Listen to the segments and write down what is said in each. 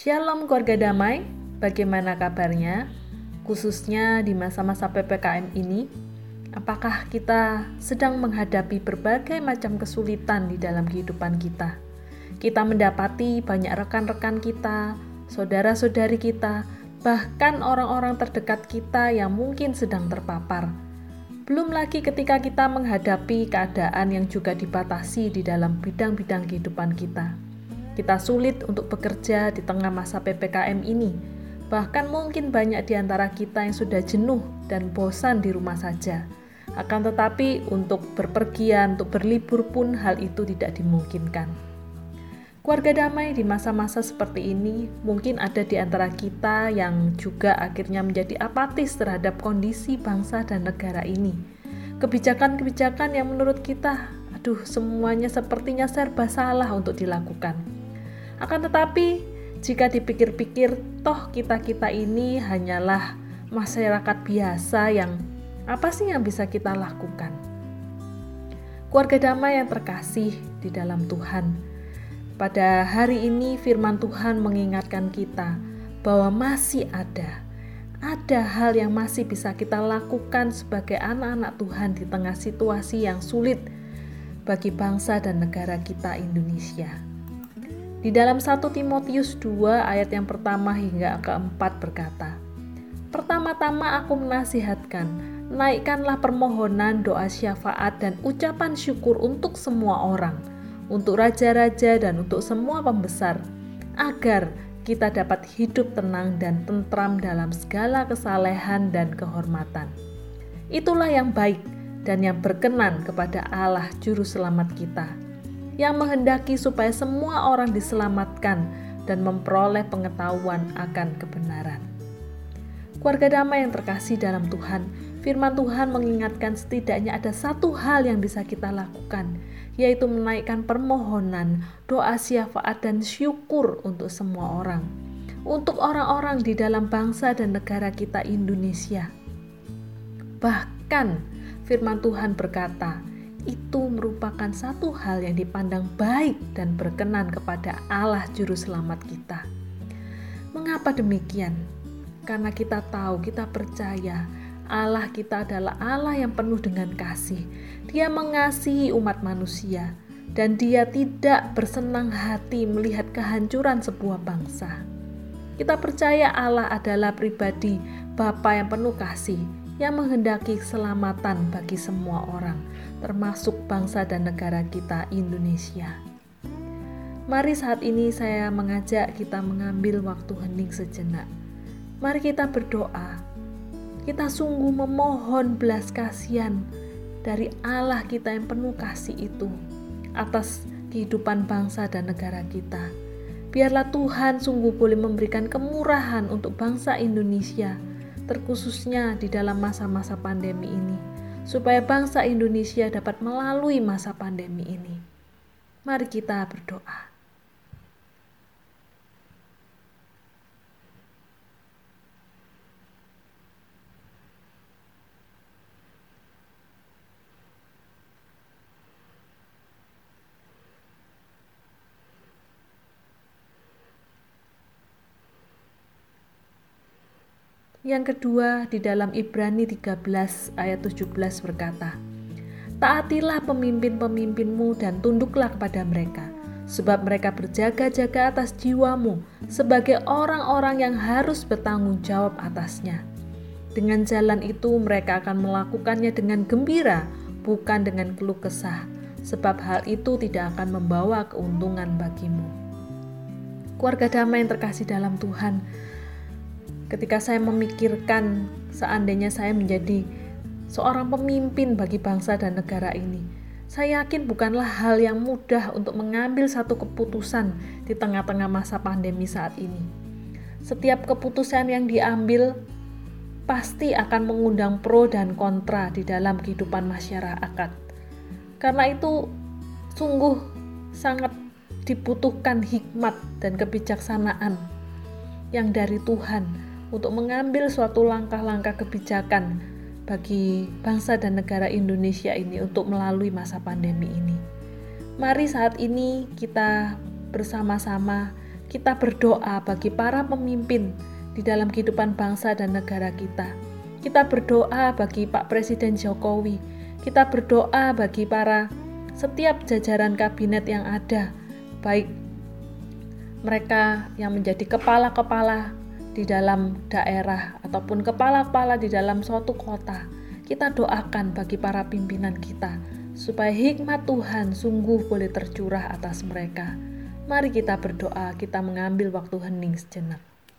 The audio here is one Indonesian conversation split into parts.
Shalom keluarga damai, bagaimana kabarnya? Khususnya di masa-masa PPKM ini, apakah kita sedang menghadapi berbagai macam kesulitan di dalam kehidupan kita? Kita mendapati banyak rekan-rekan kita, saudara-saudari kita, bahkan orang-orang terdekat kita yang mungkin sedang terpapar. Belum lagi ketika kita menghadapi keadaan yang juga dibatasi di dalam bidang-bidang kehidupan kita. Kita sulit untuk bekerja di tengah masa PPKM ini. Bahkan mungkin banyak di antara kita yang sudah jenuh dan bosan di rumah saja. Akan tetapi untuk berpergian, untuk berlibur pun hal itu tidak dimungkinkan. Keluarga damai di masa-masa seperti ini, mungkin ada di antara kita yang juga akhirnya menjadi apatis terhadap kondisi bangsa dan negara ini. Kebijakan-kebijakan yang menurut kita, semuanya sepertinya serba salah untuk dilakukan. Akan tetapi, jika dipikir-pikir, toh kita-kita ini hanyalah masyarakat biasa yang apa sih yang bisa kita lakukan? Keluarga damai yang terkasih di dalam Tuhan, pada hari ini firman Tuhan mengingatkan kita bahwa masih ada hal yang masih bisa kita lakukan sebagai anak-anak Tuhan di tengah situasi yang sulit bagi bangsa dan negara kita Indonesia. Di dalam 1 Timotius 2 ayat yang pertama hingga keempat berkata, "Pertama-tama aku menasihatkan, naikkanlah permohonan, doa syafaat dan ucapan syukur untuk semua orang, untuk raja-raja dan untuk semua pembesar, agar kita dapat hidup tenang dan tentram dalam segala kesalehan dan kehormatan. Itulah yang baik dan yang berkenan kepada Allah Juru Selamat kita, yang menghendaki supaya semua orang diselamatkan dan memperoleh pengetahuan akan kebenaran." Keluarga damai yang terkasih dalam Tuhan, firman Tuhan mengingatkan setidaknya ada satu hal yang bisa kita lakukan, yaitu menaikkan permohonan, doa syafaat dan syukur untuk semua orang, untuk orang-orang di dalam bangsa dan negara kita Indonesia. Bahkan firman Tuhan berkata, itu merupakan satu hal yang dipandang baik dan berkenan kepada Allah Juru Selamat kita. Mengapa demikian? Karena kita tahu, kita percaya Allah kita adalah Allah yang penuh dengan kasih. Dia mengasihi umat manusia dan Dia tidak bersenang hati melihat kehancuran sebuah bangsa. Kita percaya Allah adalah pribadi Bapa yang penuh kasih, yang menghendaki keselamatan bagi semua orang, termasuk bangsa dan negara kita Indonesia. Mari saat ini saya mengajak kita mengambil waktu hening sejenak. Mari kita berdoa. Kita sungguh memohon belas kasihan dari Allah kita yang penuh kasih itu atas kehidupan bangsa dan negara kita. Biarlah Tuhan sungguh boleh memberikan kemurahan untuk bangsa Indonesia, terkhususnya di dalam masa-masa pandemi ini, supaya bangsa Indonesia dapat melalui masa pandemi ini. Mari kita berdoa. Yang kedua, di dalam Ibrani 13 ayat 17 berkata, "Taatilah pemimpin-pemimpinmu dan tunduklah kepada mereka, sebab mereka berjaga-jaga atas jiwamu sebagai orang-orang yang harus bertanggung jawab atasnya. Dengan jalan itu mereka akan melakukannya dengan gembira, bukan dengan keluh kesah, sebab hal itu tidak akan membawa keuntungan bagimu." Keluarga damai yang terkasih dalam Tuhan, ketika saya memikirkan seandainya saya menjadi seorang pemimpin bagi bangsa dan negara ini, saya yakin bukanlah hal yang mudah untuk mengambil satu keputusan di tengah-tengah masa pandemi saat ini. Setiap keputusan yang diambil pasti akan mengundang pro dan kontra di dalam kehidupan masyarakat. Karena itu sungguh sangat dibutuhkan hikmat dan kebijaksanaan yang dari Tuhan untuk mengambil suatu langkah-langkah kebijakan bagi bangsa dan negara Indonesia ini untuk melalui masa pandemi ini. Mari saat ini kita bersama-sama Kita berdoa bagi para pemimpin di dalam kehidupan bangsa dan negara kita. Kita berdoa bagi Pak Presiden Jokowi. Kita berdoa bagi para setiap jajaran kabinet yang ada, baik mereka yang menjadi kepala-kepala di dalam daerah ataupun kepala-kepala di dalam suatu kota. Kita doakan bagi para pimpinan kita, supaya hikmat Tuhan sungguh boleh tercurah atas mereka. Mari kita berdoa, kita mengambil waktu hening sejenak.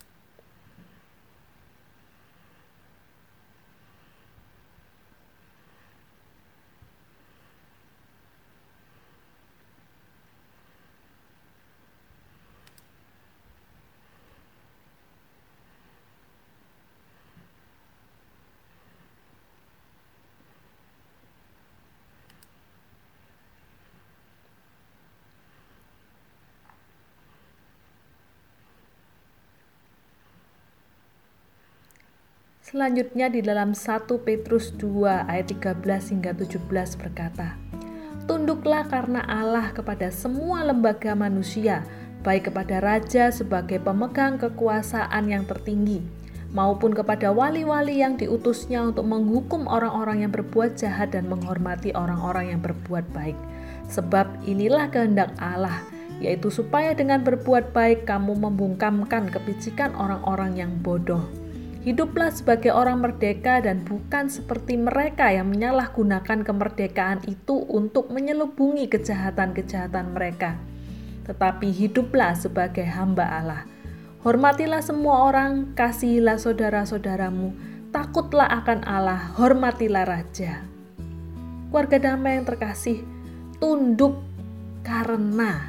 Selanjutnya di dalam 1 Petrus 2 ayat 13 hingga 17 berkata, "Tunduklah karena Allah kepada semua lembaga manusia, baik kepada raja sebagai pemegang kekuasaan yang tertinggi, maupun kepada wali-wali yang diutusnya untuk menghukum orang-orang yang berbuat jahat dan menghormati orang-orang yang berbuat baik. Sebab inilah kehendak Allah, yaitu supaya dengan berbuat baik kamu membungkamkan kepicikan orang-orang yang bodoh. Hiduplah sebagai orang merdeka dan bukan seperti mereka yang menyalahgunakan kemerdekaan itu untuk menyelubungi kejahatan-kejahatan mereka. Tetapi hiduplah sebagai hamba Allah. Hormatilah semua orang, kasihilah saudara-saudaramu, takutlah akan Allah, hormatilah raja." Keluarga damai yang terkasih, tunduk karena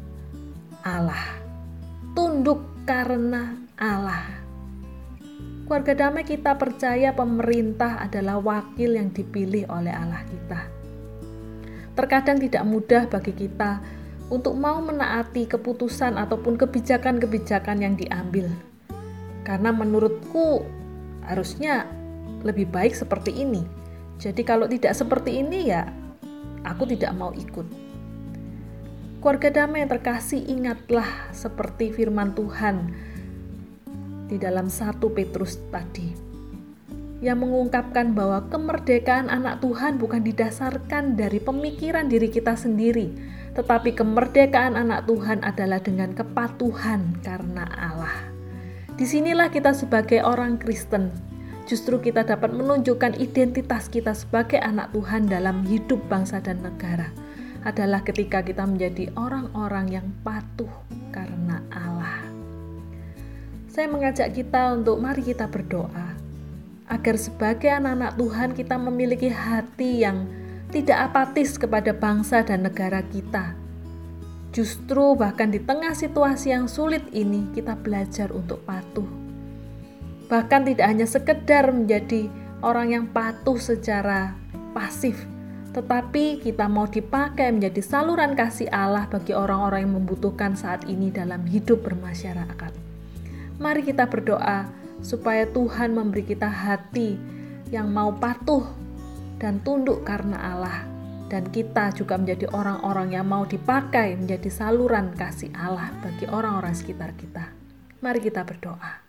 Allah. Tunduk karena Allah. Keluarga damai, kita percaya pemerintah adalah wakil yang dipilih oleh Allah kita. Terkadang tidak mudah bagi kita untuk mau menaati keputusan ataupun kebijakan-kebijakan yang diambil. Karena menurutku harusnya lebih baik seperti ini. Jadi kalau tidak seperti ini ya aku tidak mau ikut. Keluarga damai yang terkasih, ingatlah seperti firman Tuhan di dalam 1 Petrus tadi, yang mengungkapkan bahwa kemerdekaan anak Tuhan bukan didasarkan dari pemikiran diri kita sendiri, tetapi kemerdekaan anak Tuhan adalah dengan kepatuhan karena Allah. Disinilah kita sebagai orang Kristen, justru kita dapat menunjukkan identitas kita sebagai anak Tuhan dalam hidup bangsa dan negara, adalah ketika kita menjadi orang-orang yang patuh karena Allah. Saya mengajak kita untuk mari kita berdoa agar sebagai anak-anak Tuhan kita memiliki hati yang tidak apatis kepada bangsa dan negara kita. Justru bahkan di tengah situasi yang sulit ini kita belajar untuk patuh. Bahkan tidak hanya sekedar menjadi orang yang patuh secara pasif, tetapi kita mau dipakai menjadi saluran kasih Allah bagi orang-orang yang membutuhkan saat ini dalam hidup bermasyarakat. Mari kita berdoa supaya Tuhan memberi kita hati yang mau patuh dan tunduk karena Allah. Dan kita juga menjadi orang-orang yang mau dipakai menjadi saluran kasih Allah bagi orang-orang sekitar kita. Mari kita berdoa.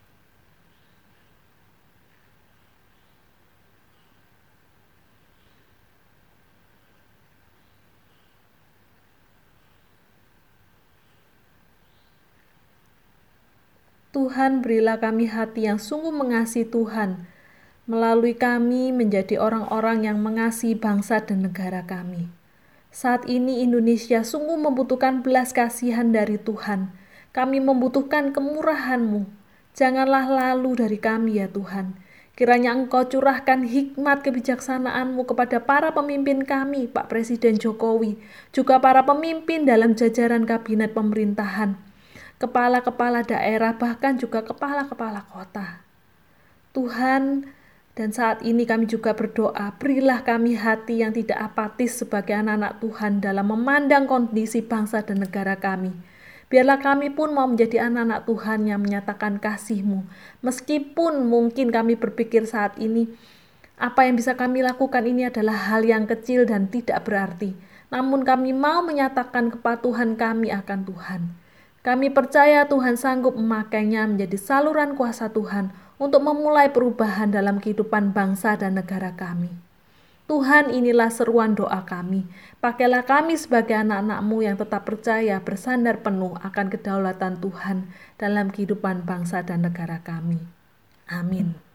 Tuhan, berilah kami hati yang sungguh mengasihi Tuhan, melalui kami menjadi orang-orang yang mengasihi bangsa dan negara kami. Saat ini Indonesia sungguh membutuhkan belas kasihan dari Tuhan. Kami membutuhkan kemurahan-Mu. Janganlah lalu dari kami ya Tuhan. Kiranya Engkau curahkan hikmat kebijaksanaan-Mu kepada para pemimpin kami, Pak Presiden Jokowi, juga para pemimpin dalam jajaran kabinet pemerintahan, kepala-kepala daerah, bahkan juga kepala-kepala kota. Tuhan, dan saat ini kami juga berdoa, berilah kami hati yang tidak apatis sebagai anak-anak Tuhan dalam memandang kondisi bangsa dan negara kami. Biarlah kami pun mau menjadi anak-anak Tuhan yang menyatakan kasih-Mu. Meskipun mungkin kami berpikir saat ini, apa yang bisa kami lakukan ini adalah hal yang kecil dan tidak berarti. Namun kami mau menyatakan kepatuhan kami akan Tuhan. Kami percaya Tuhan sanggup memakainya menjadi saluran kuasa Tuhan untuk memulai perubahan dalam kehidupan bangsa dan negara kami. Tuhan, inilah seruan doa kami. Pakailah kami sebagai anak-anak-Mu yang tetap percaya bersandar penuh akan kedaulatan Tuhan dalam kehidupan bangsa dan negara kami. Amin.